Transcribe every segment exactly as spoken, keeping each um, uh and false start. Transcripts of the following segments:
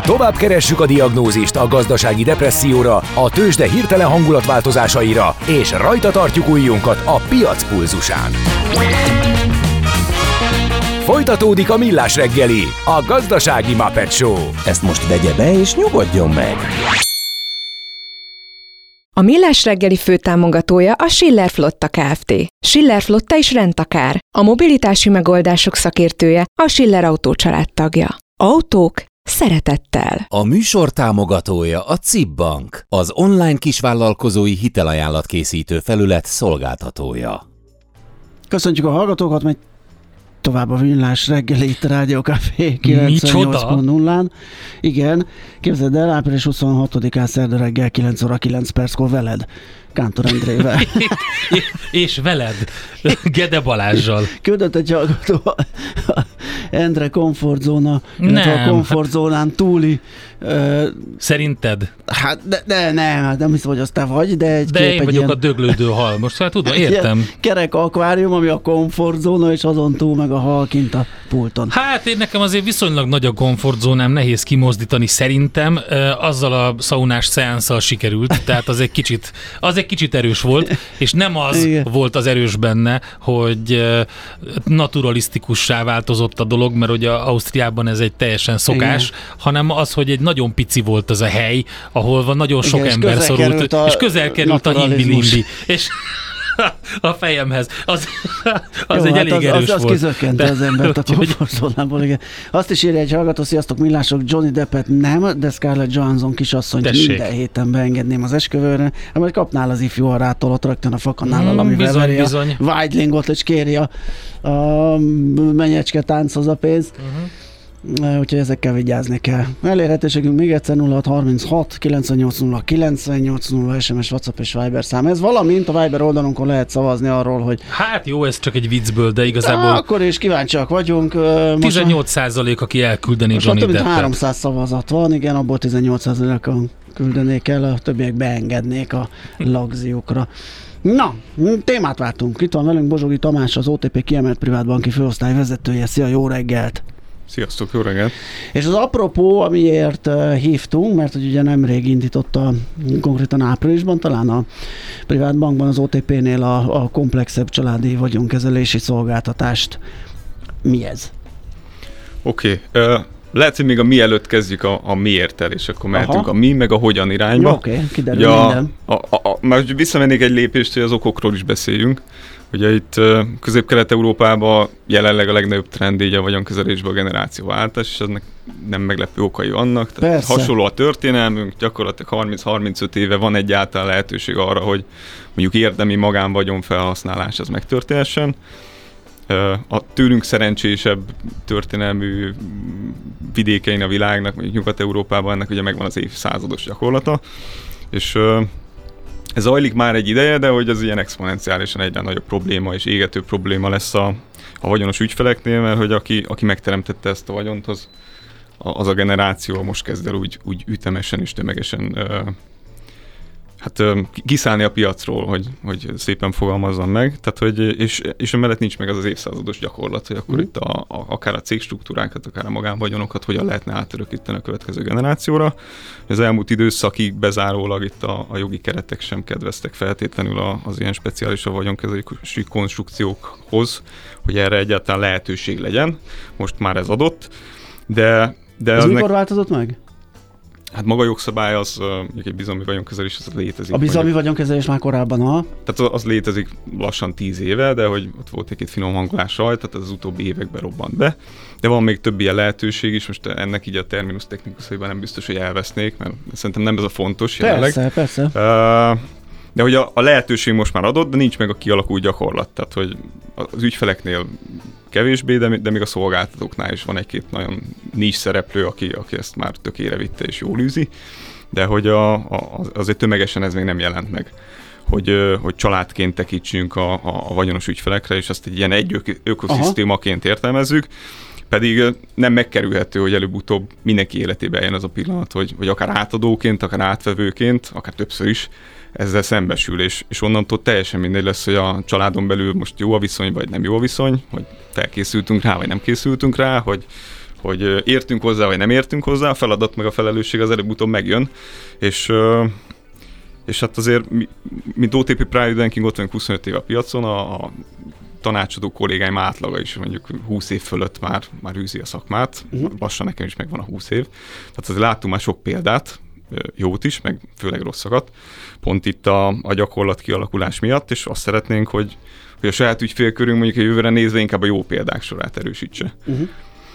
Tovább keressük a diagnózist a gazdasági depresszióra, a tőzsde hirtelen hangulatváltozásaira, és rajta tartjuk ujjunkat a piac pulzusán. Folytatódik a Millás reggeli, a gazdasági Muppet Show. Ezt most vegye be és nyugodjon meg! A Millás reggeli főtámogatója a Schiller Flotta Kft. Schiller Flotta is rendtakár. A mobilitási megoldások szakértője, a Schiller Autó család tagja. Autók szeretettel. A műsor támogatója a cé i bé Bank, az online kisvállalkozói hitelajánlatkészítő felület szolgáltatója. Köszöntjük a hallgatókat, megy tovább a Millás reggeli itt a Rádió Café kilencvennyolc pont nullán. Igen, képzeld el, április huszonhatodikán szerda reggel kilenc óra kilenc perckor veled, Kántor Endrével. És veled, Gede Balázssal. Küldött egy hallgató Endre komfortzóna, illetve a komfortzónán túli. Uh, Szerinted? Hát de, de nem, hát nem hiszem, hogy az te vagy, de egy De kép, én egy vagyok ilyen, a döglődő hal. Most hát tudom, értem. Kerek akvárium, ami a komfortzóna, és azon túl meg a hal kint a pulton. Hát én nekem azért viszonylag nagy a komfortzónám, nehéz kimozdítani szerintem. Azzal a szaunás szeánsszal sikerült, tehát az egy kicsit, az egy kicsit erős volt, és nem az Igen. volt az erős benne, hogy naturalisztikussá változott a dolog, mert ugye Ausztriában ez egy teljesen szokás, Igen. hanem az, hogy egy nagyon pici volt az a hely, ahol van nagyon sok Igen, ember szorult, és közel került a himbi-limbi. És a fejemhez. Az, az Jó, egy hát elég az, erős az, az volt. Az kizökkente az embert a komfortzónából, igen. Azt is írja egy hallgató, sziasztok millások, Johnny Deppet nem, de Scarlett Johansson kisasszonyt Tessék. minden héten beengedném az esküvőre, majd kapnál az ifjú arától, ott rögtön a fakanál, mm, ami beveri a Weidlingot, és kéri a, a menyecske tánchoz a pénz. Uh-huh. Úgyhogy ezekkel vigyázni kell. Elérhetőségünk még egyszer nulla hat harminchat kilencvennyolc nulla kilencvennyolc nulla es em es, WhatsApp és Viber szám. Ez valamint a Viber oldalunkon lehet szavazni arról, hogy... Hát jó, ez csak egy viccből, de igazából... Na, akkor is kíváncsiak vagyunk. tizennyolc százalék, aki elküldeni Johnny Deppet. Most háromszáz szavazat van, igen, abból tizennyolc százalékon küldenék el, a többiek beengednék a lagziukra. Na, témát váltunk. Itt van velünk Bozsogi Tamás, az o té pé kiemelt privátbanki főosztály vezetője. Szia, jó reggelt! Sziasztok, jó reggelt! És az apropó, amiért uh, hívtunk, mert hogy ugye nemrég indította konkrétan áprilisban, talán a privátbankban, az o té pénél a, a komplexebb családi vagyonkezelési szolgáltatást. Mi ez? Oké, okay. uh, lehet, hogy még a mi előtt kezdjük a, a miért-tel, és akkor mehetünk Aha. a mi, meg a hogyan irányba. Oké, okay, kiderül ja, minden. A, a, a, már visszamennék egy lépést, hogy az okokról is beszéljünk. Ugye itt Közép-Kelet-Európában jelenleg a legnagyobb trend így a vagyonkezelésben a generációváltás, és ennek nem meglepő okai vannak. Tehát hasonló a történelmünk, gyakorlatilag harminc-harmincöt éve van egyáltalán lehetőség arra, hogy mondjuk érdemi magánvagyon felhasználás az megtörténhessen. A tőlünk szerencsésebb történelmű vidékein a világnak, mondjuk Nyugat-Európában ennek ugye megvan az évszázados gyakorlata, és ez zajlik már egy ideje, de hogy az ilyen exponenciálisan egyre nagyobb probléma és égető probléma lesz a, a vagyonos ügyfeleknél, mert hogy aki, aki megteremtette ezt a vagyont, az, az a generáció most kezd el úgy, úgy ütemesen és tömegesen uh, hát uh, kiszállni a piacról, hogy, hogy szépen fogalmazzam meg. Tehát, hogy, és, és emellett nincs meg az az évszázados gyakorlat, hogy akkor mm. itt a, a, akár a cégstruktúrákat, akár a magánvagyonokat hogyan lehetne átörökíteni a következő generációra. Az elmúlt időszakig bezárólag itt a, a jogi keretek sem kedveztek feltétlenül a, az ilyen speciális a vagyonkezelési konstrukciókhoz, hogy erre egyáltalán lehetőség legyen. Most már ez adott, de... de ez mikor ne... változott meg? Hát maga a jogszabály az, uh, egy bizalmi vagyonkezelés, az létezik. A bizalmi mondjuk, vagyonkezelés már korábban, ha? Tehát az létezik lassan tíz éve, de hogy ott volt egy finom hangolás rajta, tehát az utóbbi években robbant be. De van még több ilyen lehetőség is, most ennek így a terminus technikusaiban nem biztos, hogy elvesznék, mert szerintem nem ez a fontos jelenleg. Persze, persze. Uh, de hogy a, a lehetőség most már adott, de nincs meg a kialakult gyakorlat. Tehát, hogy az ügyfeleknél kevésbé, de, de még a szolgáltatóknál is van egy-két nagyon nincs szereplő, aki, aki ezt már tökére vitte és jól űzi, de hogy a, a, azért tömegesen ez még nem jelent meg, hogy, hogy családként tekítsünk a, a vagyonos ügyfelekre, és azt egy ilyen egy ök, ökoszisztémaként értelmezzük, pedig nem megkerülhető, hogy előbb-utóbb mindenki életébe eljön az a pillanat, hogy, hogy akár átadóként, akár átvevőként, akár többször is ezzel szembesül, és, és onnantól teljesen mindegy lesz, hogy a családon belül most jó a viszony, vagy nem jó a viszony, hogy felkészültünk rá, vagy nem készültünk rá, hogy, hogy értünk hozzá, vagy nem értünk hozzá, a feladat meg a felelősség az előbb-utóbb megjön, és, és hát azért mi, mint o té pé Private Banking ott vagyunk huszonöt éve a piacon, a, a tanácsadó kollégáim átlaga is mondjuk húsz év fölött már, már űzi a szakmát, uh-huh. lassan nekem is megvan a húsz év, tehát azért láttunk már sok példát, jót is, meg főleg rosszakat, pont itt a, a gyakorlat kialakulás miatt, és azt szeretnénk, hogy, hogy a saját ügyfélkörünk mondjuk a jövőre nézve inkább a jó példák sorát erősítse. Uh-huh.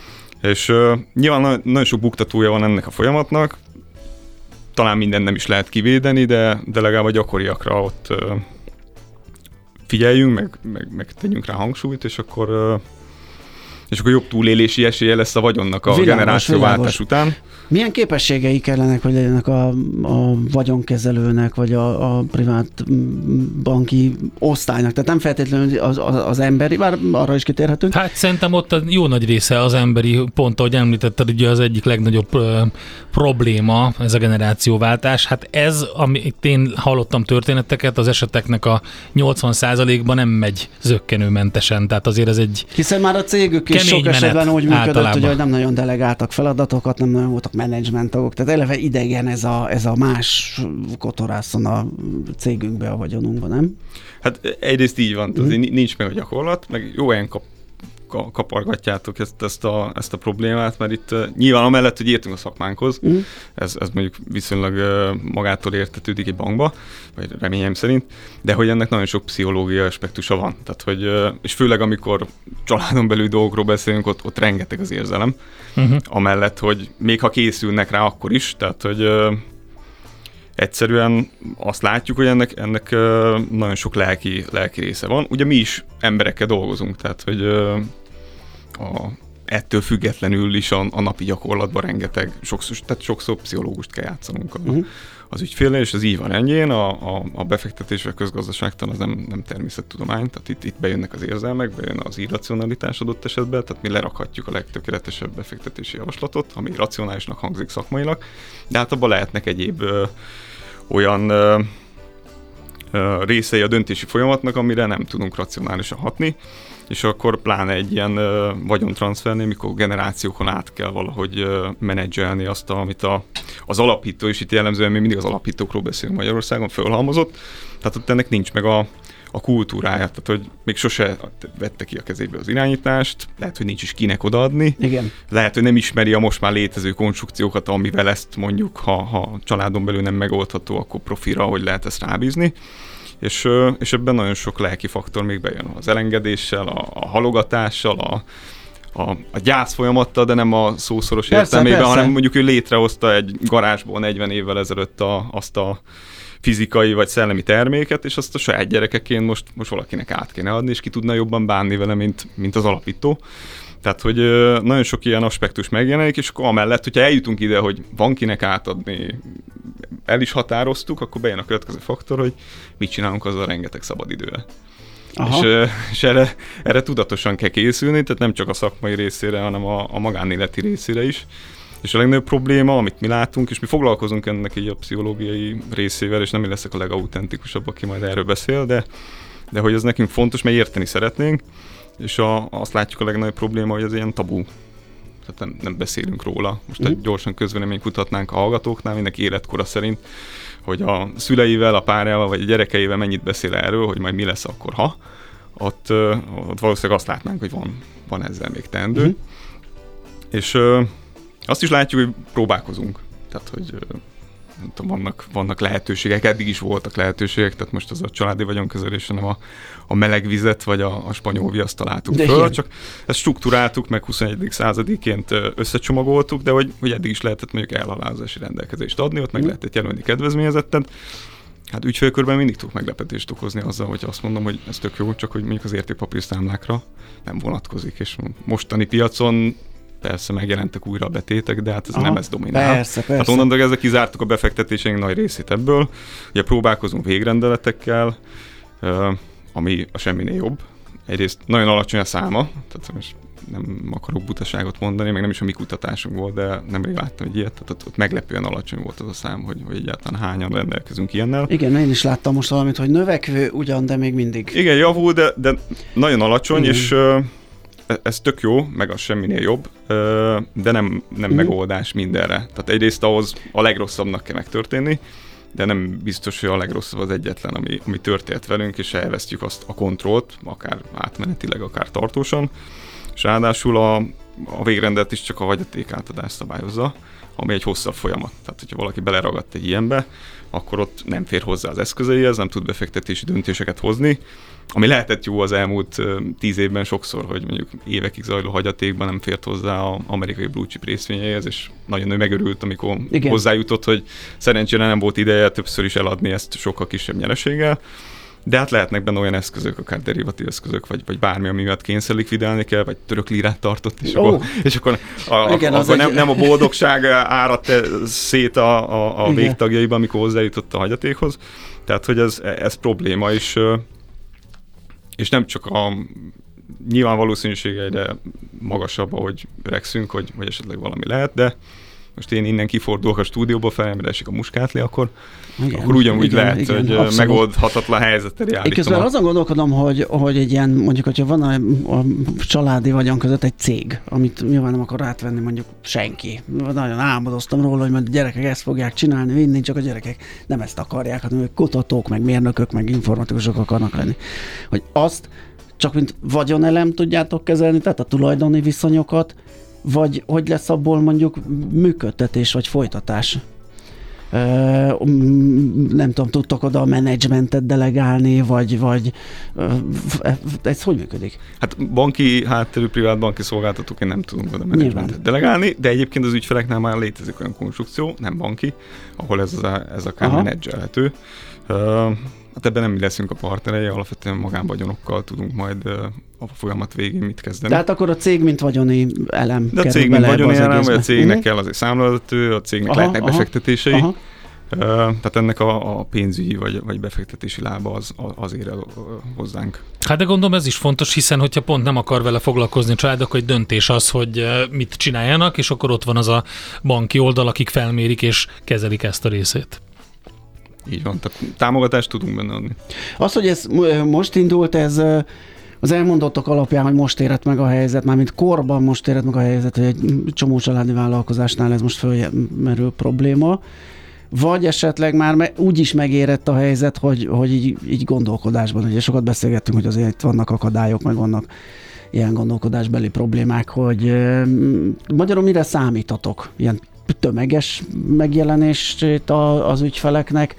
És uh, nyilván na- nagyon sok buktatója van ennek a folyamatnak, talán minden nem is lehet kivédeni, de, de legalább a gyakoriakra ott uh, figyeljünk, meg, meg, meg tegyünk rá hangsúlyt, és akkor, uh, és akkor jobb túlélési esélye lesz a vagyonnak a világos, generációváltás világos. Után. Milyen képességei kellenek, hogy legyenek a, a vagyonkezelőnek, vagy a, a privát banki osztálynak? Tehát nem feltétlenül az, az, az emberi, bár arra is kitérhetünk. Hát szerintem ott a jó nagy része az emberi, pont ahogy említetted, ugye az egyik legnagyobb ö, probléma, ez a generációváltás. Hát ez, amit én hallottam történeteket, az eseteknek a nyolcvan százalékban nem megy zökkenőmentesen, tehát azért ez egy hiszen már a cégük is sok esetben úgy működött, hogy nem nagyon delegáltak feladatokat, nem nagyon voltak menedzsment tagok, tehát eleve idegen ez a, ez a más kotorászon a cégünkbe, a vagyonunkban, nem? Hát egyrészt így van, mm. nincs meg a gyakorlat, meg jó olyan kap, kapargatjátok ezt, ezt, a, ezt a problémát, mert itt uh, nyilván amellett, hogy értünk a szakmánkhoz, mm. ez, ez mondjuk viszonylag uh, magától értetődik egy bankba, vagy reményeim szerint, de hogy ennek nagyon sok pszichológiai aspektusa van. Tehát, hogy, uh, és főleg amikor családon belül dolgokról beszélünk, ott, ott rengeteg az érzelem, mm-hmm. amellett, hogy még ha készülnek rá, akkor is, tehát, hogy uh, egyszerűen azt látjuk, hogy ennek, ennek uh, nagyon sok lelki, lelki része van. Ugye mi is emberekkel dolgozunk, tehát hogy uh, a, ettől függetlenül is a, a napi gyakorlatban rengeteg, sokszor, tehát sokszor pszichológust kell játszanunk a, uh-huh. az ügyféllel, és az így van ennyién, a, a, a befektetés vagy közgazdaságtan az nem, nem természettudomány, tehát itt, itt bejönnek az érzelmek, bejön az irracionalitás adott esetben, tehát mi lerakhatjuk a legtökéletesebb befektetési javaslatot, ami racionálisnak hangzik szakmailag, de hát abban lehetnek egyéb ö, olyan ö, ö, részei a döntési folyamatnak, amire nem tudunk racionálisan hatni, és akkor pláne egy ilyen ö, vagyontranszfernél, mikor generációkon át kell valahogy ö, menedzselni azt, amit a, az alapító, és itt jellemzően mi mindig az alapítókról beszélünk Magyarországon, fölhalmozott, tehát ott ennek nincs meg a, a kultúráját, tehát hogy még sose vette ki a kezébe az irányítást, lehet, hogy nincs is kinek odaadni, igen. Lehet, hogy nem ismeri a most már létező konstrukciókat, amivel ezt mondjuk, ha, ha családon belül nem megoldható, akkor profira, hogy lehet ezt rábízni. És, és ebben nagyon sok lelki faktor még bejön az elengedéssel, a, a halogatással, a, a, a gyász folyamattal, de nem a szószoros persze, értelmében, persze. hanem mondjuk ő létrehozta egy garázsból negyven évvel ezelőtt a, azt a fizikai vagy szellemi terméket, és azt a saját gyerekeként most, most valakinek át kéne adni, és ki tudna jobban bánni vele, mint, mint az alapító. Tehát, hogy nagyon sok ilyen aspektus megjelenik, és akkor amellett, hogyha eljutunk ide, hogy van kinek átadni, el is határoztuk, akkor bejön a következő faktor, hogy mit csinálunk azzal a rengeteg szabadidőre. És, és erre, erre tudatosan kell készülni, tehát nem csak a szakmai részére, hanem a, a magánéleti részére is. És a legnagyobb probléma, amit mi látunk, és mi foglalkozunk ennek így a pszichológiai részével, és nem én leszek a legautentikusabb, aki majd erről beszél, de, de hogy ez nekünk fontos, mert érteni szeretnénk, és a, azt látjuk a legnagyobb probléma, hogy ez ilyen tabu. Tehát nem, nem beszélünk róla. Most egy gyorsan közvéleményt kutatnánk a hallgatóknál, mindenki életkora szerint, hogy a szüleivel, a párjával, vagy a gyerekeivel mennyit beszél erről, hogy majd mi lesz akkor, ha. Ott, ott valószínűleg azt látnánk, hogy van, van ezzel még teendő. Uh-huh. És ö, azt is látjuk, hogy próbálkozunk. Tehát, hogy ö, nem tudom, vannak, vannak lehetőségek, eddig is voltak lehetőségek, tehát most az a családi vagyonkezelésre nem a, a meleg vizet vagy a, a spanyol viaszt találtuk de föl, ilyen. Csak ezt struktúráltuk, meg huszonegyedik századiként összecsomagoltuk, de hogy, hogy eddig is lehetett mondjuk elhalálozási rendelkezést adni, ott meg mm. lehetett jelölni kedvezményezettet. Hát ügyfélkörben mindig tudok meglepetést okozni azzal, hogy azt mondom, hogy ez tök jó, csak hogy mondjuk az értékpapírszámlákra nem vonatkozik, és mostani piacon persze megjelentek újra a betétek, de hát ez Aha, nem ez dominál. Persze, persze. Hát onnantól ezzel kizártuk a befektetéseink nagy részét ebből. Ugye próbálkozunk végrendeletekkel, ami a semminél jobb. Egyrészt nagyon alacsony a száma, tehát most nem akarok butaságot mondani, meg nem is a mi kutatásunk volt, de nemrég láttam egy ilyet, tehát ott meglepően alacsony volt az a szám, hogy, hogy egyáltalán hányan rendelkezünk ilyennel. Igen, én is láttam most valamit, hogy növekvő ugyan, de még mindig. Igen, javul, de, de nagyon alacsony, Igen. és ez tök jó, meg az semminél jobb, de nem, nem mm. megoldás mindenre. Tehát egyrészt ahhoz a legrosszabbnak kell megtörténni, de nem biztos, hogy a legrosszabb az egyetlen, ami, ami történt velünk, és elvesztjük azt a kontrollt, akár átmenetileg, akár tartósan. És ráadásul a, a végrendet is csak a hagyaték átadás szabályozza, ami egy hosszabb folyamat. Tehát, hogyha valaki beleragadt egy ilyenbe, akkor ott nem fér hozzá az eszközeihez, nem tud befektetési döntéseket hozni, ami lehetett jó az elmúlt uh, tíz évben sokszor, hogy mondjuk évekig zajló hagyatékban nem fért hozzá az amerikai blue chip részvényeihez, és nagyon ő megörült, amikor Igen. hozzájutott, hogy szerencsére nem volt ideje többször is eladni ezt sokkal kisebb nyereséggel, de hát lehetnek benne olyan eszközök, akár derivatív eszközök, vagy, vagy bármi, ami miatt kényszer likvidálni kell, vagy török lírát tartott, és oh. akkor, és akkor, a, Igen, akkor nem, egy... nem a boldogság áradt szét a, a, a végtagjaiba, amikor hozzájutott a hagyatékhoz. Tehát, hogy ez, ez probléma, és, és nem csak a nyilván valószínűsége egyre magasabb, ahogy öregszünk, hogy, hogy esetleg valami lehet, de most én innen kifordulok a stúdióba, felemre esik a muskátli, akkor, igen, akkor ugyanúgy igen, lehet, igen, hogy abszolút. Megoldhatatlan helyzetre állítom. Én közben azon gondolkodom, hogy, hogy egy ilyen, mondjuk, hogyha van a, a családi vagyon között egy cég, amit nyilván nem akar átvenni mondjuk senki. Nagyon álmodoztam róla, hogy majd a gyerekek ezt fogják csinálni, vinni, csak a gyerekek nem ezt akarják, hanem ők kutatók, meg mérnökök, meg informatikusok akarnak lenni. Hogy azt csak mint vagyonelem tudjátok kezelni, tehát a tulajdoni viszonyokat, vagy hogy lesz abból mondjuk működtetés, vagy folytatás? Ö, nem tudom, tudtok oda a menedzsmentet delegálni, vagy, vagy ez hogy működik? Hát banki hátterű, privát banki szolgáltatóként nem tudunk oda menedzsmentet delegálni, de egyébként az ügyfeleknál már létezik olyan konstrukció, nem banki, ahol ez, a, ez akár menedzselhető. Hát ebben nem mi leszünk a partnerei, alapvetően magánvagyonokkal tudunk majd a folyamat végén mit kezdeni. Tehát akkor a cég, mint vagyoni elem. De a cég, mint vagyoni elem, vagy a cégnek uh-huh. kell azért számlavezető, a cégnek aha, lehetnek aha, befektetései. Aha. Uh, tehát ennek a, a pénzügyi vagy, vagy befektetési lába az, az ér el hozzánk. Hát de gondolom ez is fontos, hiszen hogyha pont nem akar vele foglalkozni a család, akkor egy döntés az, hogy mit csináljanak, és akkor ott van az a banki oldal, akik felmérik és kezelik ezt a részét. Így van, tehát támogatást tudunk benne adni. Az, hogy ez most indult, ez az elmondottak alapján, hogy most érett meg a helyzet, mármint korban most érett meg a helyzet, hogy egy csomó családi vállalkozásnál ez most fölmerül probléma, vagy esetleg már me- úgy is megérett a helyzet, hogy, hogy így, így gondolkodásban, ugye sokat beszélgettünk, hogy azért itt vannak akadályok, meg vannak ilyen gondolkodásbeli problémák, hogy e, magyarul mire számítatok? Ilyen tömeges megjelenést az ügyfeleknek,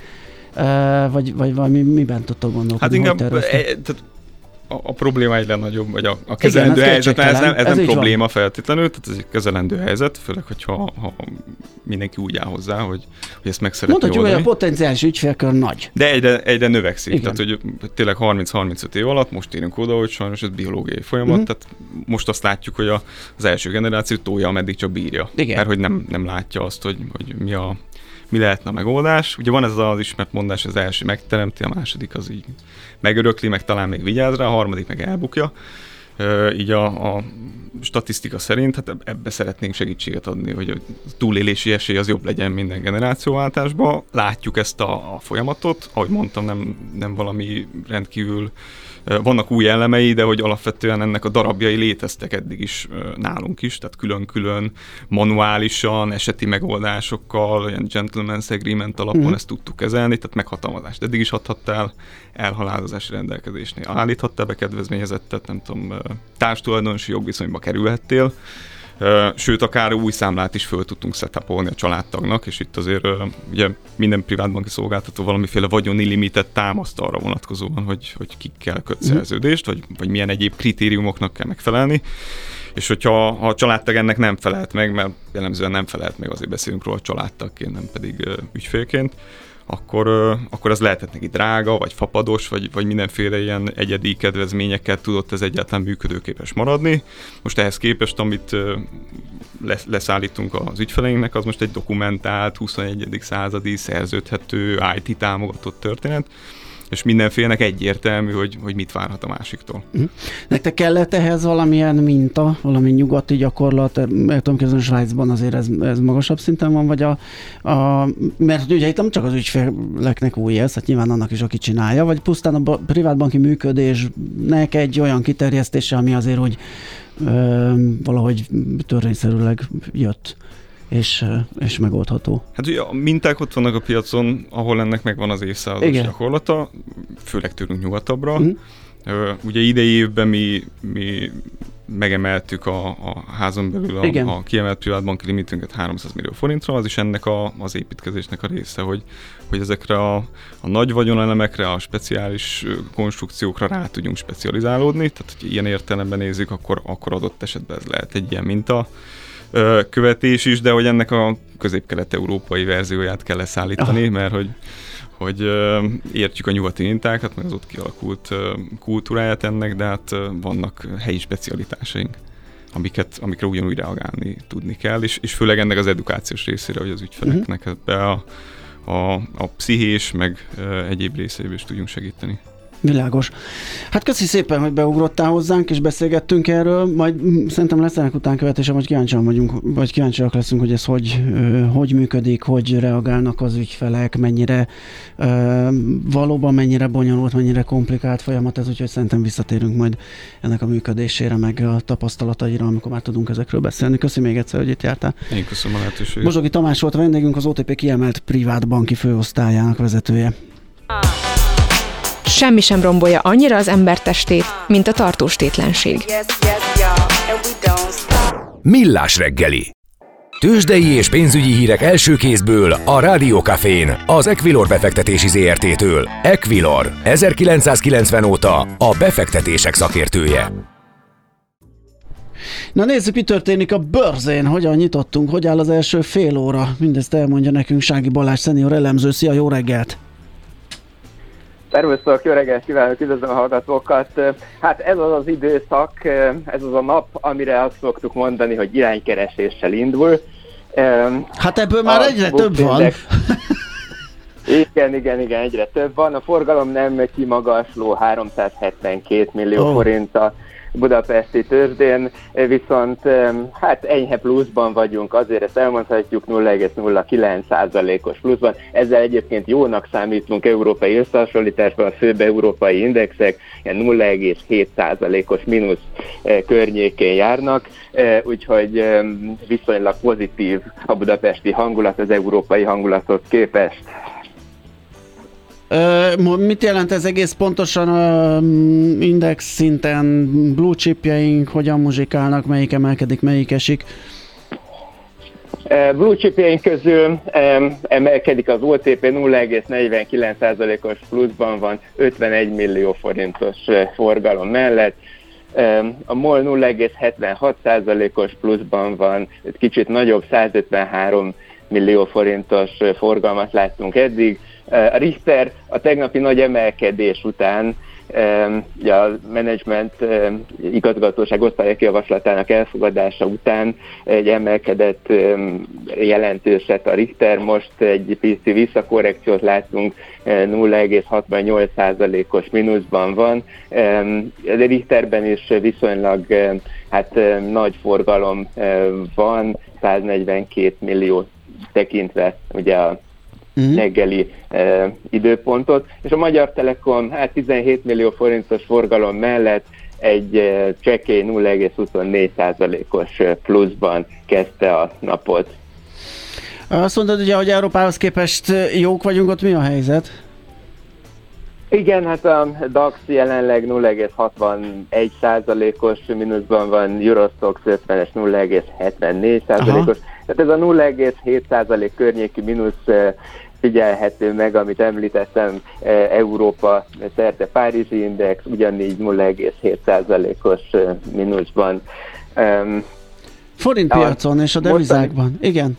vagy, vagy valami miben tudtok gondolkodni? Hát inkább e, a, a probléma egyre nagyobb, vagy a, a kezelendő Igen, helyzet, ez nem, ez ez nem probléma van. Feltétlenül, tehát ez egy kezelendő helyzet, főleg, hogyha ha mindenki úgy áll hozzá, hogy, hogy ezt meg szereti Mondhatjuk, oldani. Hogy a potenciális ügyfélkör nagy. De egyre, egyre növekszik, Igen. tehát hogy tényleg harminc-harmincöt év alatt most érünk oda, hogy sajnos ez biológiai folyamat, uh-huh. tehát most azt látjuk, hogy a, az első generáció tolja, ameddig csak bírja. Igen. Mert hogy nem, nem látja azt, hogy, hogy mi a mi lehetne a megoldás. Ugye van ez az ismert mondás, az első megteremti, a második az így megörökli, meg talán még vigyáz rá, a harmadik meg elbukja. Így a, a statisztika szerint hát ebbe szeretnénk segítséget adni, hogy a túlélési esély az jobb legyen minden generációváltásban. Látjuk ezt a, a folyamatot, ahogy mondtam, nem, nem valami rendkívül vannak új elemei, de hogy alapvetően ennek a darabjai léteztek eddig is nálunk is, tehát külön-külön, manuálisan, eseti megoldásokkal, olyan gentleman's agreement alapon mm. ezt tudtuk kezelni, tehát meghatalmazást. Eddig is adhattál elhalálozási rendelkezésnél. Állíthattál be kedvezményezettet, nem tudom, társtulajdonosi jogviszonyba kerülhettél, sőt, akár új számlát is föl tudtunk setupolni a családtagnak, és itt azért ugye minden privátbanki szolgáltató valamiféle vagyoni limitet támaszt arra vonatkozóan, hogy, hogy kikkel köt szerződést, vagy, vagy milyen egyéb kritériumoknak kell megfelelni. És hogyha ha a családtag ennek nem felelt meg, mert jellemzően nem felelt meg, azért beszélünk róla családtagként, nem pedig ügyfélként, akkor, akkor az lehetett neki drága, vagy fapados, vagy, vagy mindenféle ilyen egyedi kedvezményekkel tudott ez egyáltalán működőképes maradni. Most ehhez képest, amit leszállítunk az ügyfeleinknek, az most egy dokumentált, huszonegyedik századi, szerződhető, i té támogatott történet, és mindenfélenek egyértelmű, hogy, hogy mit várhat a másiktól. Uh-huh. Nektek kellett ehhez valamilyen minta, valami nyugati gyakorlat? Meg tudom képzelni, Svájcban azért ez, ez magasabb szinten van, vagy a, a, mert ugye itt nem csak az ügyfeleknek új ez, hát nyilván annak is, aki csinálja, vagy pusztán a privátbanki működésnek egy olyan kiterjesztése, ami azért úgy valahogy törvényszerűleg jött, és, és megoldható. Hát ugye a minták ott vannak a piacon, ahol ennek megvan az évszázados gyakorlata, főleg tőlünk nyugatabbra. Mm. Ugye idei évben mi, mi megemeltük a, a házon belül a, a kiemelt privátbanki limitünket háromszáz millió forintra, az is ennek a, az építkezésnek a része, hogy, hogy ezekre a, a nagy vagyonelemekre, a speciális konstrukciókra rá tudjunk specializálódni, tehát hogy ilyen értelemben nézzük, akkor, akkor adott esetben ez lehet egy ilyen minta követés is, de hogy ennek a közép-kelet-európai verzióját kell leszállítani, ah. mert hogy hogy uh, értjük a nyugati mintákat, meg az ott kialakult uh, kultúráját ennek, de hát uh, vannak helyi specialitásaink, amiket, amikre ugyanúgy reagálni tudni kell, és, és főleg ennek az edukációs részére, hogy az ügyfeleknek uh-huh. ebbe a, a, a pszichés, meg uh, egyéb részeibe is tudjunk segíteni. Világos. Hát köszi szépen, hogy beugrottál hozzánk, és beszélgettünk erről, majd szerintem lesz ennek utánkövetése, vagy kíváncsiak vagyunk, vagy kíváncsiak leszünk, hogy ez hogy, hogy működik, hogy reagálnak az ügyfelek, mennyire valóban mennyire bonyolult, mennyire komplikált folyamat ez, úgyhogy szerintem visszatérünk majd ennek a működésére, meg a tapasztalataira, amikor már tudunk ezekről beszélni. Köszi még egyszer, hogy itt jártál. Én köszönöm a lehetőséget. Bozsogi Tamás volt a vendégünk, az o té pé kiemelt privátbanki főosztályának vezetője. Semmi sem rombolja annyira az embertestét, mint a tartós tétlenség. Millás reggeli. Tőzsdei és pénzügyi hírek első kézből a Rádió Cafén, az Equilor befektetési zé er té-től. Equilor, ezerkilencszázkilencven óta a befektetések szakértője. Na nézzük, mi történik a börzén, hogyan nyitottunk, hogy áll az első fél óra. Mindezt elmondja nekünk Sági Balázs, szenior elemző. Szia, jó reggelt! Szervusztok, jó reggelt kívánok, üdvözlöm a hallgatókat. Hát ez az az időszak, ez az a nap, amire azt szoktuk mondani, hogy iránykereséssel indul. Hát ebből már a egyre több van. Igen, igen, igen, egyre több van. A forgalom nem kimagasló háromszázhetvenkét millió oh. forint a budapesti tőzsdén, viszont hát enyhe pluszban vagyunk, azért ezt elmondhatjuk, nulla egész nulla kilenc százalékos pluszban. Ezzel egyébként jónak számítunk európai összehasonlításban, a főbb európai indexek ilyen nulla egész hét százalékos mínusz környékén járnak, úgyhogy viszonylag pozitív a budapesti hangulat az európai hangulathoz képest. Uh, mit jelent ez egész pontosan a uh, index szinten, blue chipjeink, hogyan muzsikálnak, melyik emelkedik, melyik esik? Uh, blue chipjeink közül um, emelkedik az o té pé nulla egész negyvenkilenc százalékos pluszban van ötvenegy millió forintos uh, forgalom mellett. Um, a MOL nulla egész hetvenhat százalékos pluszban van, kicsit nagyobb, százötvenhárom millió forintos uh, forgalmat láttunk eddig. A Richter a tegnapi nagy emelkedés után, a menedzsment igazgatóság osztályok javaslatának elfogadása után egy emelkedett jelentőset a Richter, most egy pici visszakorrekciót látunk, nulla egész hatvannyolc százalékos mínuszban van. A Richterben is viszonylag hát, nagy forgalom van, száznegyvenkét millió tekintve ugye a reggeli uh, időpontot, és a Magyar Telekom hát tizenhét millió forintos forgalom mellett egy uh, csekély nulla egész huszonnégy százalékos uh, pluszban kezdte a napot. Azt mondod ugye, hogy Európához képest jók vagyunk, ott mi a helyzet? Igen, hát a DAX jelenleg nulla egész hatvanegy százalékos mínuszban van, Eurostoxx ötvenes nulla egész hetvennégy százalékos, tehát ez a nulla egész hét százalék környéki mínusz figyelhető meg, amit említettem, Európa szerte, Párizsi Index ugyanígy nulla egész hét százalékos mínuszban. Forintpiacon és a devizákban, mostani... igen.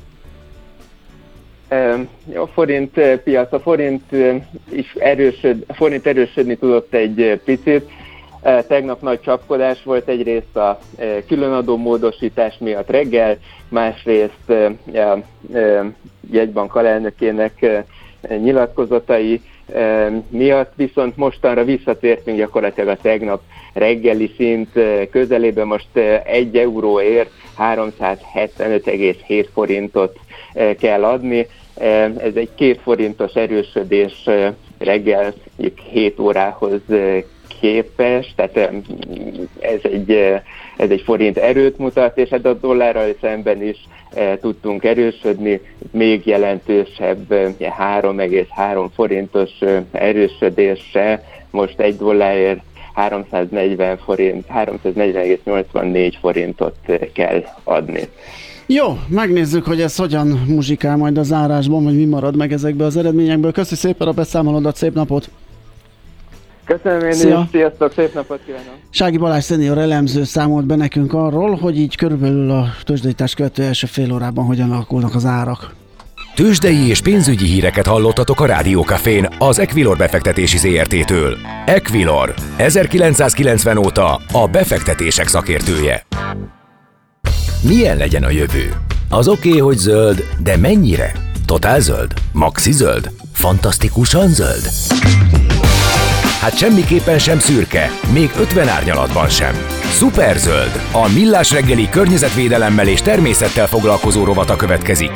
A forint piac, a forint is erősöd, a forint erősödni tudott egy picit. Tegnap nagy csapkodás volt, egyrészt a különadó módosítás miatt reggel, másrészt a jegybank alelnökének nyilatkozatai miatt, viszont mostanra visszatértünk gyakorlatilag a tegnap reggeli szint közelébe, most egy euróért háromszázhetvenöt egész hét forintot kell adni. Ez egy két forintos erősödés reggel hét órához képest, tehát ez egy, ez egy forint erőt mutat, és hát a dollárral szemben is e, tudtunk erősödni, még jelentősebb három egész három forintos erősödésre, most egy dollárért háromszáznegyven forint, háromszáznegyven egész nyolcvannégy forintot kell adni. Jó, megnézzük, hogy ez hogyan muzsikál majd a zárásban, vagy mi marad meg ezekből az eredményekből. Köszi szépen a beszámolódat, szép napot! Köszönöm én Szia. is, sziasztok, szép napot kívánok! Sági Balázs szenior elemző számolt be nekünk arról, hogy így körülbelül a tőzsdeítás követő első fél órában hogyan alakulnak az árak. Tőzsdei és pénzügyi híreket hallottatok a Rádió Cafén az Equilor befektetési zé er té-től. Equilor, ezerkilencszázkilencven óta a befektetések szakértője. Milyen legyen a jövő? Az oké, okay, hogy zöld, de mennyire? Totál zöld? Maxi zöld? Fantasztikusan zöld? Hát semmiképpen sem szürke, még ötven árnyalatban sem. Szuperzöld, a Millás reggeli környezetvédelemmel és természettel foglalkozó rovata következik.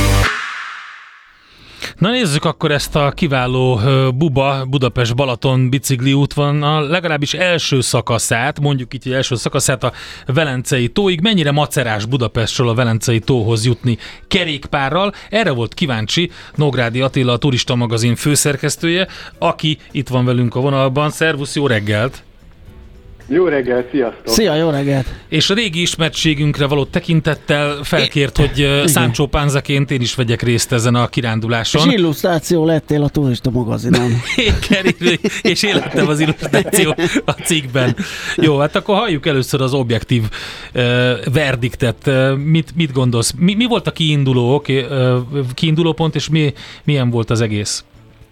Na nézzük akkor ezt a kiváló Buba, Budapest-Balaton bicikli útvonal, legalábbis első szakaszát, mondjuk így, hogy első szakaszát a Velencei tóig. Mennyire macerás Budapestről a Velencei tóhoz jutni kerékpárral? Erre volt kíváncsi Nógrádi Attila, a Turista magazin főszerkesztője, aki itt van velünk a vonalban. Szervusz, jó reggelt! Jó reggelt, sziasztok! Szia, jó reggelt! És a régi ismertségünkre való tekintettel felkért, é, hogy Sancho Panzaként én is vegyek részt ezen a kiránduláson. És illusztráció lettél a Turista magazinon. És élettem az illusztráció a cikkben. Jó, hát akkor halljuk először az objektív uh, verdiktet. Uh, mit, mit gondolsz? Mi, mi volt a kiinduló, okay, uh, kiinduló pont, és mi, milyen volt az egész?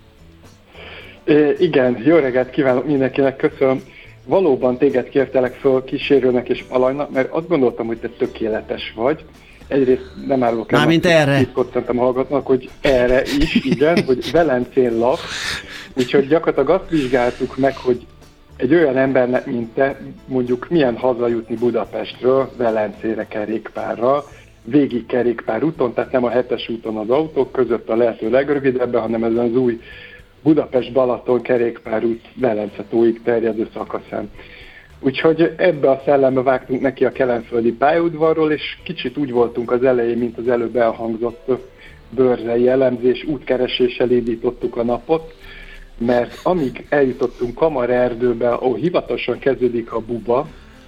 É, igen, jó reggelt kívánok mindenkinek, köszönöm. Valóban téged kértelek föl kísérőnek és alajnak, mert azt gondoltam, hogy te tökéletes vagy. Egyrészt nem árulok el, mármint erre. Itt koccantam hallgatnak, hogy erre is, igen, hogy Velencén laksz. Úgyhogy gyakorlatilag azt vizsgáltuk meg, hogy egy olyan embernek, mint te, mondjuk milyen hazajutni Budapestről Velencére kerékpárral, végig kerékpár úton, tehát nem a hetes úton az autók között a lehető legrövidebben, hanem ezen az új Budapest-Balaton kerékpárút Velence tóig terjedő szakaszán. Úgyhogy ebbe a szellembe vágtunk neki a kelenföldi pályaudvarról, és kicsit úgy voltunk az elején, mint az előbb elhangzott bőrzei elemzés, útkereséssel indítottuk a napot, mert amíg eljutottunk Kamaraerdőbe, ahol hivatalosan kezdődik a Buba,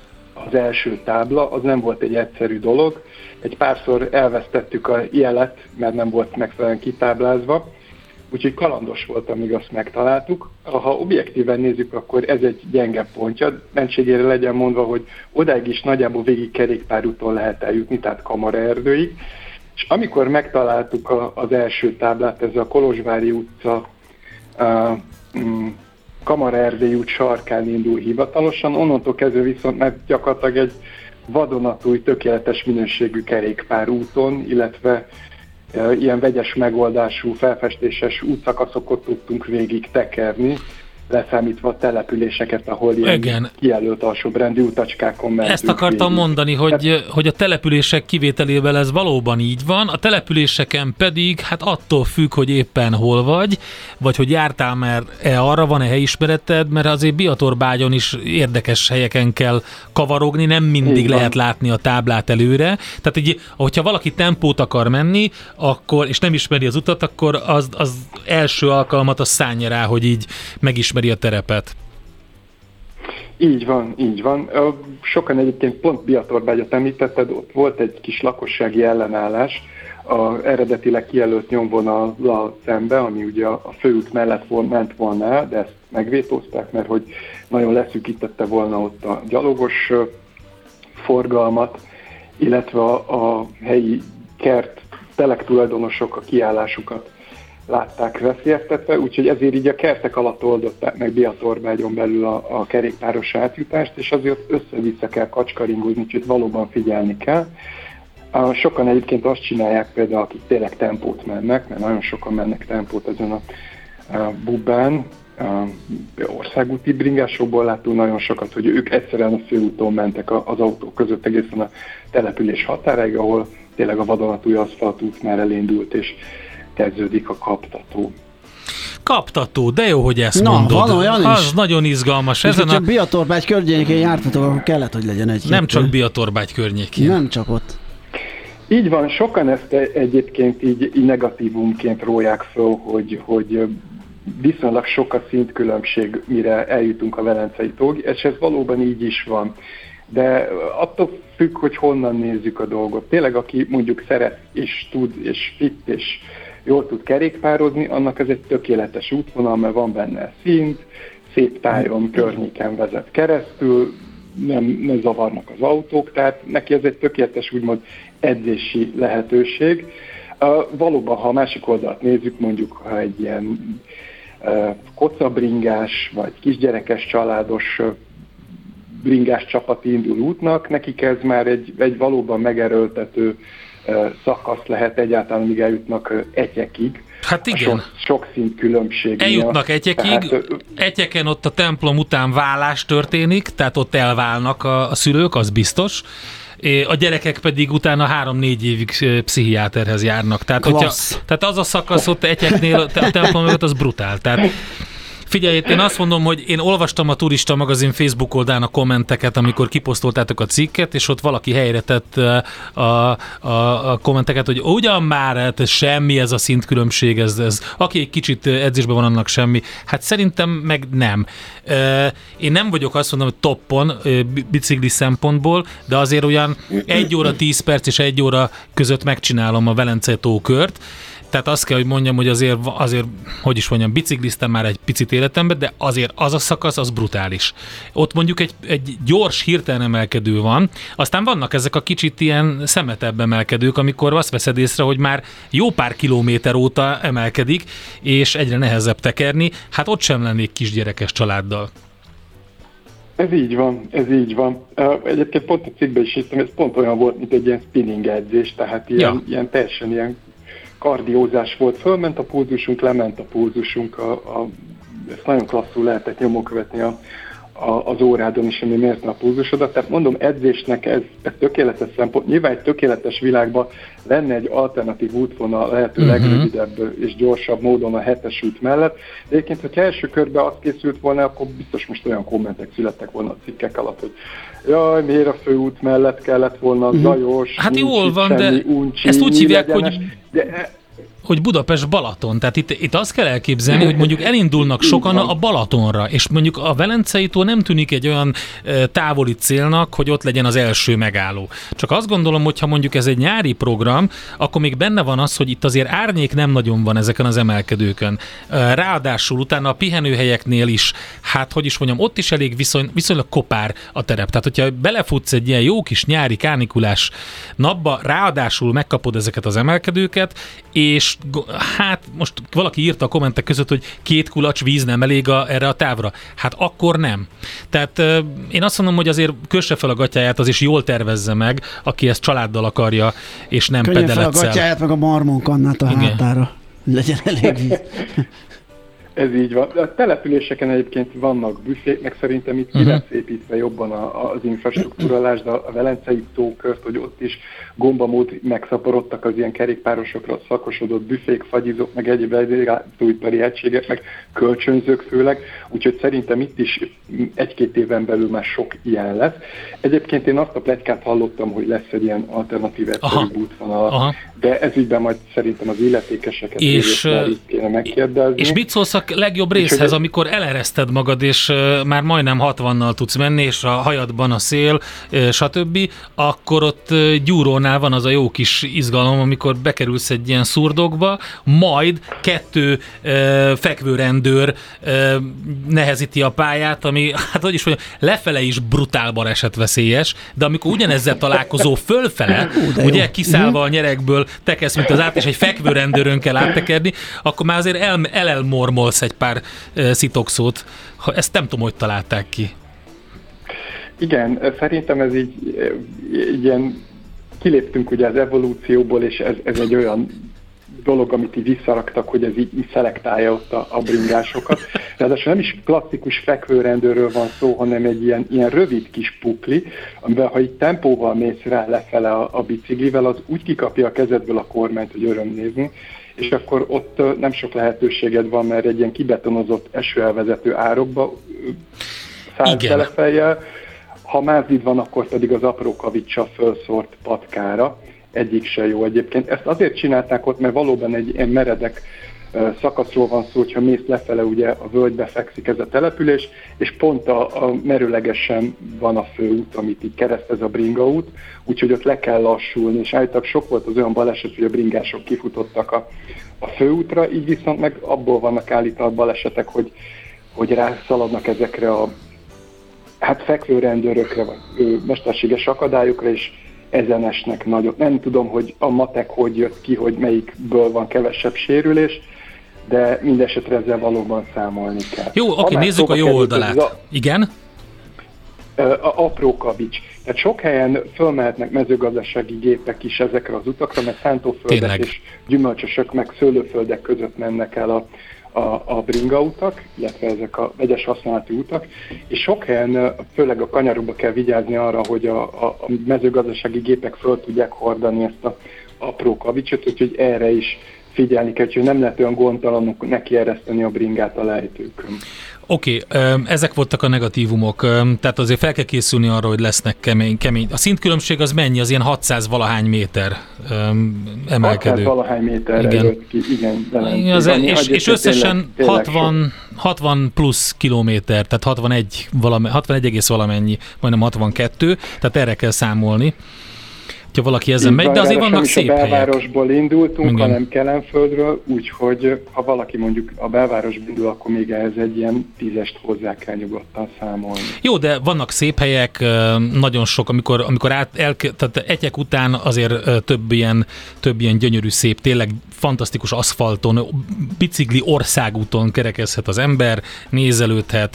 az első tábla, az nem volt egy egyszerű dolog. Egy párszor elvesztettük a jelet, mert nem volt megfelelően kitáblázva, úgyhogy kalandos volt, amíg azt megtaláltuk. Ha objektíven nézzük, akkor ez egy gyenge pontja. Mentségére legyen mondva, hogy odáig is nagyjából végig kerékpárúton lehet eljutni, tehát Kamaraerdőig. És amikor megtaláltuk a, az első táblát, ez a Kolozsvári utca, a, mm, Kamaraerdői út sarkán indul hivatalosan, onnantól kezdve viszont már gyakorlatilag egy vadonatúj, tökéletes minőségű kerékpárúton, illetve ilyen vegyes megoldású, felfestéses útszakaszokat tudtunk végig tekerni, leszámítva a településeket, ahol ilyen igen. kijelölt alsóbrendi utacskákon mentünk. Ezt akartam végig. mondani, hogy, hogy a települések kivételével ez valóban így van, a településeken pedig hát attól függ, hogy éppen hol vagy, vagy hogy jártál már -e arra, van-e helyismereted, mert azért Biatorbágyon is érdekes helyeken kell kavarogni, nem mindig lehet látni a táblát előre. Tehát így, hogyha valaki tempót akar menni, akkor, és nem ismeri az utat, akkor az, az első alkalmat az szánja rá, hogy így megismeri a terepet. Így van, így van. Sokan egyébként pont Biatorbágyat említetted, ott volt egy kis lakossági ellenállás az eredetileg kijelölt nyomvonallal szembe, ami ugye a főút mellett ment volna el, de ezt megvétózták, mert hogy nagyon leszűkítette volna ott a gyalogos forgalmat, illetve a, a helyi kert telek tulajdonosok a kiállásukat látták veszélyeztetve, úgyhogy ezért így a kertek alatt oldották meg Biatorbágyon belül a, a kerékpáros átjutást, és azért össze-vissza kell kacskaringozni, úgyhogy valóban figyelni kell. A, sokan egyébként azt csinálják például, akik tényleg tempót mennek, mert nagyon sokan mennek tempót ezen a, a Bubán, a országúti bringásokból látunk nagyon sokat, hogy ők egyszerűen a főúton mentek az autók között egészen a település határáig, ahol tényleg a vadonatúj aszfaltút már elindult, és kezdődik a kaptató. kaptató, de jó, hogy ezt Na, mondod. van olyan is. Az nagyon izgalmas. És Ezen ha a... Biatorbágy környékén jártatok, akkor kellett, hogy legyen egy. Nem csak Biatorbágy környékén. Nem csak ott. Így van, sokan ezt egyébként így, így negatívumként róják föl, hogy, hogy viszonylag sok a szintkülönbség, mire eljutunk a Velencei tóig, és ez valóban így is van. De attól függ, hogy honnan nézzük a dolgot. Tényleg, aki mondjuk szeret, és tud, és fit, és jól tud kerékpározni, annak ez egy tökéletes útvonal, mert van benne szint, szép tájon, környéken vezet keresztül, nem, nem zavarnak az autók, tehát neki ez egy tökéletes úgymond edzési lehetőség. Uh, valóban, ha a másik oldalt nézzük, mondjuk, ha egy ilyen uh, kocabringás, vagy kisgyerekes családos uh, bringás csapat indul útnak, nekik ez már egy, egy valóban megerőltető uh, szakasz lehet egyáltalán, amíg eljutnak uh, Etyekig. Hát igen. Sok, sok szint különbség. Eljutnak Etyekig, tehát, Etyeken ott a templom után válás történik, tehát ott elválnak a, a szülők, az biztos. A gyerekek pedig utána három-négy évig pszichiáterhez járnak. Tehát, hogyha, tehát az a szakasz ott Etyeknél, a templom mögött, az brutál. Tehát figyelj, én azt mondom, hogy én olvastam a Turista magazin Facebook oldalán a kommenteket, amikor kiposztoltátok a cikket, és ott valaki helyre tett a, a, a kommenteket, hogy ugyan már, hát ez semmi ez a szintkülönbség, ez, ez, aki egy kicsit edzésben van, annak semmi. Hát szerintem meg nem. Én nem vagyok azt mondom, hogy toppon bicikli szempontból, de azért olyan egy óra tíz perc és egy óra között megcsinálom a Velencei tókört. Tehát azt kell, hogy mondjam, hogy azért, azért, hogy is mondjam, bicikliztem már egy picit életemben, de azért az a szakasz, az brutális. Ott mondjuk egy, egy gyors, hirtelen emelkedő van, aztán vannak ezek a kicsit ilyen szemetebb emelkedők, amikor azt veszed észre, hogy már jó pár kilométer óta emelkedik, és egyre nehezebb tekerni, hát ott sem lennék kisgyerekes családdal. Ez így van, ez így van. Egyébként pont a cikkben is hittem, ez pont olyan volt, mint egy ilyen spinning edzés, tehát ilyen, ja. ilyen teljesen ilyen kardiózás volt, fölment a pulzusunk, lement a pulzusunk, a, a, ezt nagyon klasszul lehetett nyomon követni a, a, az órádon is, ami mérte a pulzusodat. Tehát mondom, edzésnek ez, ez tökéletes szempont. Nyilván egy tökéletes világban lenne egy alternatív útvonal, lehető uh-huh. legrövidebb és gyorsabb módon a hetes út mellett. De egyébként, hogyha első körben az készült volna, akkor biztos most olyan kommentek születtek volna a cikkek alatt, hogy jaj, miért a főút mellett kellett volna uh-huh. zajos, hát uncsi, jól van, semmi, de uncsi, ezt úgy hívják, legyenes, hogy... De, hogy Budapest-Balaton. Tehát itt, itt azt kell elképzelni, hogy mondjuk elindulnak sokan a Balatonra, és mondjuk a Velencei tó nem tűnik egy olyan távoli célnak, hogy ott legyen az első megálló. Csak azt gondolom, hogy ha mondjuk ez egy nyári program, akkor még benne van az, hogy itt azért árnyék nem nagyon van ezeken az emelkedőkön. Ráadásul utána a pihenőhelyeknél is, hát hogy is mondjam, ott is elég viszony, viszonylag kopár a terep. Tehát, hogyha belefutsz egy ilyen jó kis nyári kánikulás napba, ráadásul megkapod ezeket az emelkedőket, és hát most valaki írta a kommentek között, hogy két kulacs víz nem elég a, erre a távra. Hát akkor nem. Tehát euh, én azt mondom, hogy azért kösse fel a gatyáját, az is jól tervezze meg, aki ezt családdal akarja, és nem pedelecel. Könnye fel a gatyáját, meg a marmonkannát a Igen. hátára. Legyen elég víz. Ez így van. A településeken egyébként vannak büfék, meg szerintem itt uh-huh. ki lesz építve jobban a, az infrastruktúrálás, de a Velencei tókört, hogy ott is gombamód megszaporodtak az ilyen kerékpárosokra szakosodott büfék, fagyizók, meg egyéb vendéglátóipari egységek, meg kölcsönzők főleg, úgyhogy szerintem itt is egy-két éven belül már sok ilyen lesz. Egyébként én azt a pletykát hallottam, hogy lesz egy ilyen alternatív egyszerű útvonal, de ez ügyben majd szerintem az illetékeseket és, kéne megkérdezni. És mit szólsz a legjobb részhez, amikor elereszted magad, és uh, már majdnem hatvannal tudsz menni, és a hajadban a szél, uh, stb., akkor ott uh, Gyúrónál van az a jó kis izgalom, amikor bekerülsz egy ilyen szurdokba, majd kettő uh, fekvőrendőr uh, nehezíti a pályát, ami, hát hogy is mondjam, lefele is brutál balesetveszélyes, de amikor ugyanezzel találkozó fölfele, ugye kiszállva a nyerekből tekesz, mint az át, és egy fekvőrendőrön kell áttekerni, akkor már azért el, elelmormolsz egy pár uh, szitokszót. Ezt nem tudom, hogy találták ki. Igen, szerintem ez így, így ilyen kiléptünk ugye az evolúcióból, és ez, ez egy olyan dolog, amit így visszaraktak, hogy ez így, így szelektálja ott a, a bringásokat. Ráadásul nem is klasszikus fekvőrendőről van szó, hanem egy ilyen, ilyen rövid kis pukli, amivel ha így tempóval mész rá lefele a, a biciklivel, az úgy kikapja a kezedből a kormányt, hogy öröm nézni, és akkor ott nem sok lehetőséged van, mert egy ilyen kibetonozott esőelvezető árokba szállsz telefejjel. Ha mázid van, akkor pedig az apró kavicsal felszórt patkára. Egyik se jó egyébként. Ezt azért csinálták ott, mert valóban egy ilyen meredek uh, szakaszról van szó, hogyha mész lefele, ugye a völgybe fekszik ez a település, és pont a, a merőlegesen van a főút, amit így keresztez a bringaút, úgyhogy ott le kell lassulni, és állítólag sok volt az olyan baleset, hogy a bringások kifutottak a, a főútra, így viszont meg abból vannak állítólag balesetek, hogy, hogy rászaladnak ezekre a hát fekvő rendőrökre, vagy ő, mesterséges akadályokra, és ezen esnek nagyot. Nem tudom, hogy a matek hogy jött ki, hogy melyikből van kevesebb sérülés, de mindesetre ezzel valóban számolni kell. Jó, oké, nézzük a jó oldalát. A, Igen? A, a apró kavics. Tehát sok helyen fölmehetnek mezőgazdasági gépek is ezekre az utakra, mert szántóföldek Tényleg. és gyümölcsösök meg szőlőföldek között mennek el a A, a bringautak, illetve ezek a vegyes használati utak, és sok helyen, főleg a kanyarokba kell vigyázni arra, hogy a, a, a mezőgazdasági gépek föl tudják hordani ezt a apró kavicsot, úgyhogy erre is figyelni kell, hogy nem lehet olyan gondtalanul nekiereszteni a bringát a lejtőkön. Oké, okay, ezek voltak a negatívumok, tehát azért fel kell készülni arra, hogy lesznek kemény, kemény. A szintkülönbség az mennyi? Az ilyen hatszáz valahány méter emelkedő. hatszáz valahány méterre jött ki, igen. igen az, és, és összesen tényleg, hatvan, hatvan plusz kilométer, tehát hatvanegy, valame, hatvanegy egész valamennyi, majdnem hatvankettő, tehát erre kell számolni. Ha valaki ezen megy, de azért vannak szép helyek. A belvárosból indultunk, igen. hanem Kelenföldről, úgyhogy ha valaki mondjuk a belvárosból indul, akkor még ehhez egy ilyen tízest hozzá kell nyugodtan számolni. Jó, de vannak szép helyek, nagyon sok, amikor, amikor át, el, tehát egyek után azért több ilyen, több ilyen gyönyörű szép, tényleg fantasztikus aszfalton, bicikli országúton kerekezhet az ember, nézelődhet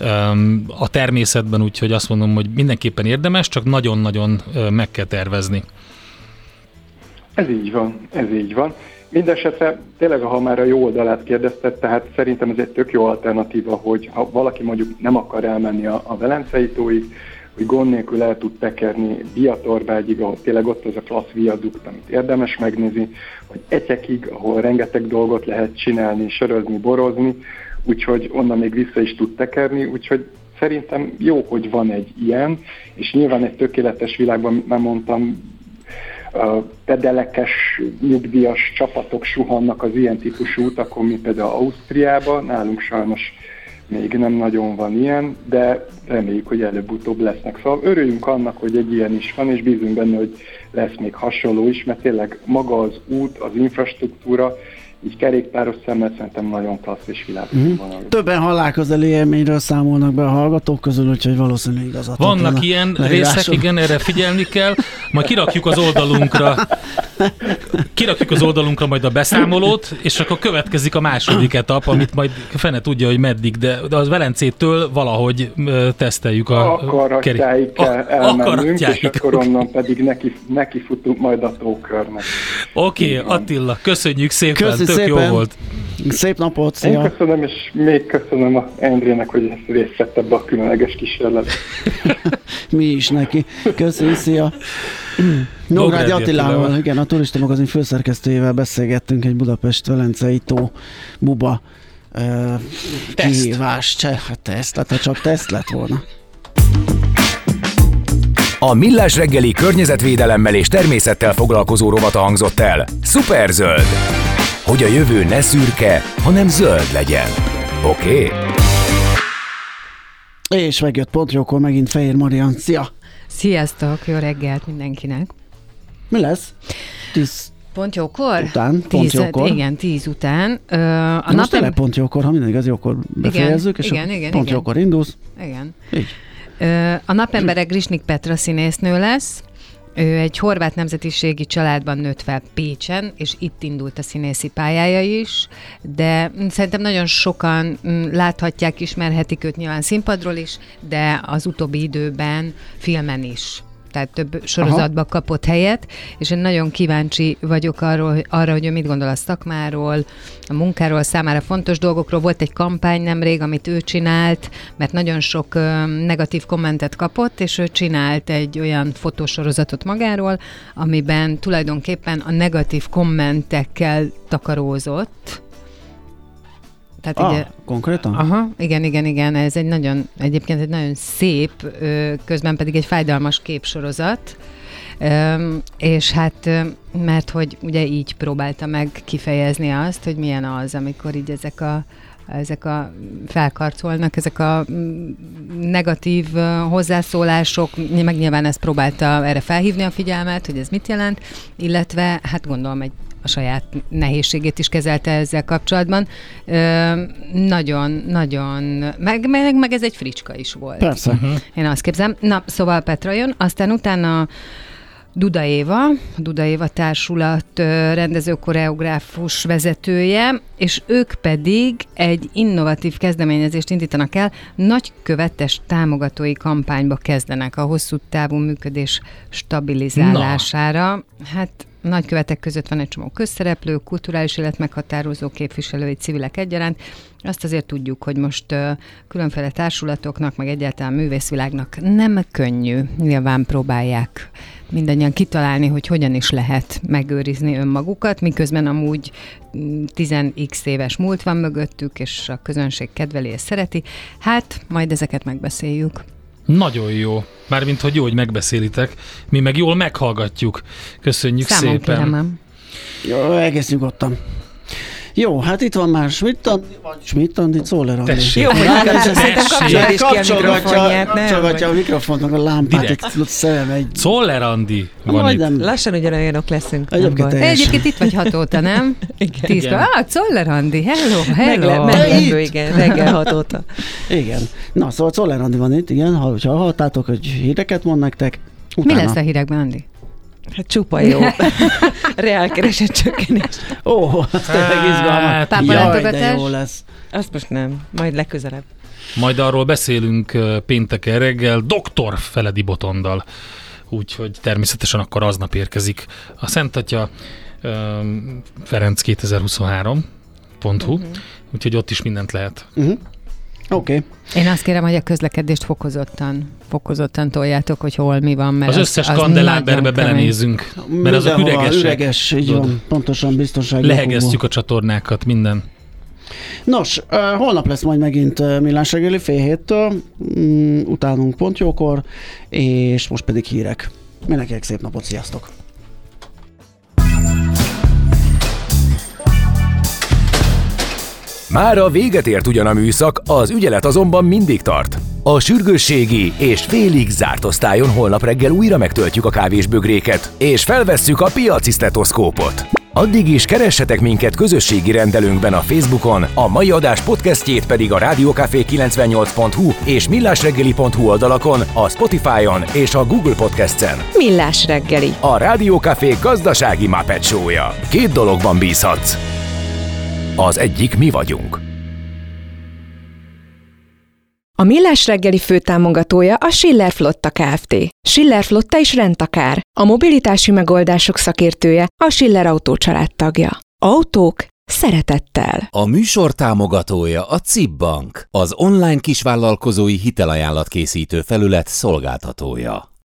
a természetben, úgyhogy azt mondom, hogy mindenképpen érdemes, csak nagyon-nagyon meg kell tervezni. Ez így van, ez így van. Mindenesetre tényleg, ha már a jó oldalát kérdezted, tehát szerintem ez egy tök jó alternatíva, hogy ha valaki mondjuk nem akar elmenni a, a Velencei tóig, hogy gond nélkül el tud tekerni Biatorbágyig, ahol tényleg ott az a klassz viadukt, amit érdemes megnézni, vagy Etyekig, ahol rengeteg dolgot lehet csinálni, sörözni, borozni, úgyhogy onnan még vissza is tud tekerni, úgyhogy szerintem jó, hogy van egy ilyen, és nyilván egy tökéletes világban, már mondtam, pedelekes, nyugdíjas csapatok suhannak az ilyen típusú utakon, mint például Ausztriában, nálunk sajnos még nem nagyon van ilyen, de reméljük, hogy előbb-utóbb lesznek. Szóval örüljünk annak, hogy egy ilyen is van, és bízunk benne, hogy lesz még hasonló is, mert tényleg maga az út, az infrastruktúra, így kerékpáros szemmel szerintem nagyon klassz és világos mm. van. Többen halálközeli élményről számolnak be a hallgatók közül, úgyhogy valószínűleg igazat. Vannak ilyen részek, igen, erre figyelni kell. Majd kirakjuk az oldalunkra, kirakjuk az oldalunkra majd a beszámolót, és akkor következik a második etap, amit majd fene tudja, hogy meddig, de az Velencétől valahogy teszteljük a Akaratjáig kell elmennünk, és akkor onnan pedig neki, neki futunk majd a tókörnek. Oké, okay, Attila, köszönjük szépen. Köszi Tök szépen. jó volt. Szép napot, szia! Én köszönöm, és még köszönöm a Endrének, hogy részt vett ebbe a különleges kísérlet. Mi is neki. Köszönjük, szia! Nógrádi Attilával, igen, a Turista Magazin főszerkesztőjével beszélgettünk egy Budapest-Velencei tó buba uh, kihívás. Cseh, hát teszt, tehát csak teszt lett volna. A Millás reggeli környezetvédelemmel és természettel foglalkozó rovata hangzott el. Szuperzöld! Hogy a jövő ne szürke, hanem zöld legyen. Oké? Okay? És megjött pont jókor megint Fehér Marian. Szia! Sziasztok! Jó reggelt mindenkinek! Mi lesz? Tíz Pont jókor? Után, pont tíz, jókor. Igen, tíz után. Uh, a most tényleg em... pont jókor, ha mindig igaz, jókor befejezzük, és igen, igen, pont igen. jókor indulsz. Igen. Így. A napembere Grisnik Petra színésznő lesz. Ő egy horvát nemzetiségi családban nőtt fel Pécsen, és itt indult a színészi pályája is, de szerintem nagyon sokan láthatják, ismerhetik őt nyilván színpadról is, de az utóbbi időben filmen is tehát több sorozatba Aha. kapott helyet, és én nagyon kíváncsi vagyok arról, arra, hogy ő mit gondol a szakmáról, a munkáról, számára fontos dolgokról. Volt egy kampány nemrég, amit ő csinált, mert nagyon sok ö, negatív kommentet kapott, és ő csinált egy olyan fotósorozatot magáról, amiben tulajdonképpen a negatív kommentekkel takarózott. Tehát ah, ugye, konkrétan? Aha, igen, igen, igen, ez egy nagyon, egyébként egy nagyon szép, közben pedig egy fájdalmas képsorozat, és hát, mert hogy ugye így próbálta meg kifejezni azt, hogy milyen az, amikor így ezek a ezek a felkarcolnak, ezek a negatív hozzászólások, meg nyilván ezt próbálta erre felhívni a figyelmet, hogy ez mit jelent, illetve hát gondolom egy a saját nehézségét is kezelte ezzel kapcsolatban. Ö, nagyon, nagyon, meg, meg, meg ez egy fricska is volt. Persze. Uh-huh. Én azt képzelem. Na, szóval Petra jön, aztán utána Duda Éva, Duda Éva társulat rendező-koreográfus vezetője, és ők pedig egy innovatív kezdeményezést indítanak el, nagykövetes támogatói kampányba kezdenek a hosszú távú működés stabilizálására. Na. Hát nagykövetek között van egy csomó közszereplő, kulturális élet meghatározó képviselői, civilek egyaránt. Azt azért tudjuk, hogy most uh, különféle társulatoknak, meg egyáltalán művészvilágnak nem könnyű. Nyilván próbálják mindannyian kitalálni, hogy hogyan is lehet megőrizni önmagukat, miközben amúgy tíz x éves múlt van mögöttük, és a közönség kedveli és szereti. Hát, majd ezeket megbeszéljük. Nagyon jó. Mármint, hogy jó, hogy megbeszélitek. Mi meg jól meghallgatjuk. Köszönjük Számon szépen. Kéremem. Jó, egész nyugodtan. Jó, hát itt van már Schmidt-Andi, vagy Schmidt-Andi, Czoller Andi. Tessék. Jó, hogy kapcsolgatja a mikrofont, meg a lámpát, itt szemem egy... Czoller Andi van itt. Nem. Lassan ugyanolyanok leszünk. Egyébként, Egyébként itt vagy hat óta, nem? Igen. Tíz Igen. Ah, Czoller Andi, hello, hello. Meglepő, igen, reggel hat óta. Igen. Na, szóval Czoller Andi van itt, igen, ha hallottátok, hogy híreket mond nektek. Utána. Mi lesz a hírekben, Andi? Hát csupa jó. Reálkeresett csökkenés. Ó, ez tényleg izgalmas. Jaj, de jó lesz. Azt most nem, majd legközelebb. Majd arról beszélünk pénteken reggel doktor Feledi Botondal. Úgyhogy természetesen akkor aznap érkezik a Szent Atya Ferenc kétezer-huszonhárom pont hu, uh-huh. Úgyhogy ott is mindent lehet. Uh-huh. Oké. Okay. Én azt kérem, hogy a közlekedést fokozottan, fokozottan toljátok, hogy hol mi van, mert az, az összes az kandeláberbe belenézünk, mert azok üregesek. Üreges, így van, pontosan biztonsági. Lehegesztjük a csatornákat, minden. Nos, uh, holnap lesz majd megint uh, Millás reggeli fél héttől, um, utánunk pont jókor, és most pedig hírek. Mindenkinek szép napot, sziasztok! Mára véget ért ugyan a műszak, az ügyelet azonban mindig tart. A sürgősségi és félig zárt osztályon holnap reggel újra megtöltjük a kávésbögréket, és felvesszük a piaci sztetoszkópot. Addig is keressetek minket közösségi rendelőnkben a Facebookon, a mai adás podcastjét pedig a rádiókafé kilencvennyolc pont hu és millásreggeli pont hu oldalakon, a Spotify-on és a Google Podcast-en. Millás reggeli. A Rádiókafé gazdasági Muppet show-ja. Két dologban bízhatsz. Az egyik mi vagyunk. A Millás reggeli főtámogatója a Schiller Flotta Kft. Schiller Flotta is rendtakár. A mobilitási megoldások szakértője, a Schiller Autó család tagja. Autók szeretettel. A műsor támogatója a cé i bé Bank, az online kisvállalkozói hitelajánlatkészítő felület szolgáltatója.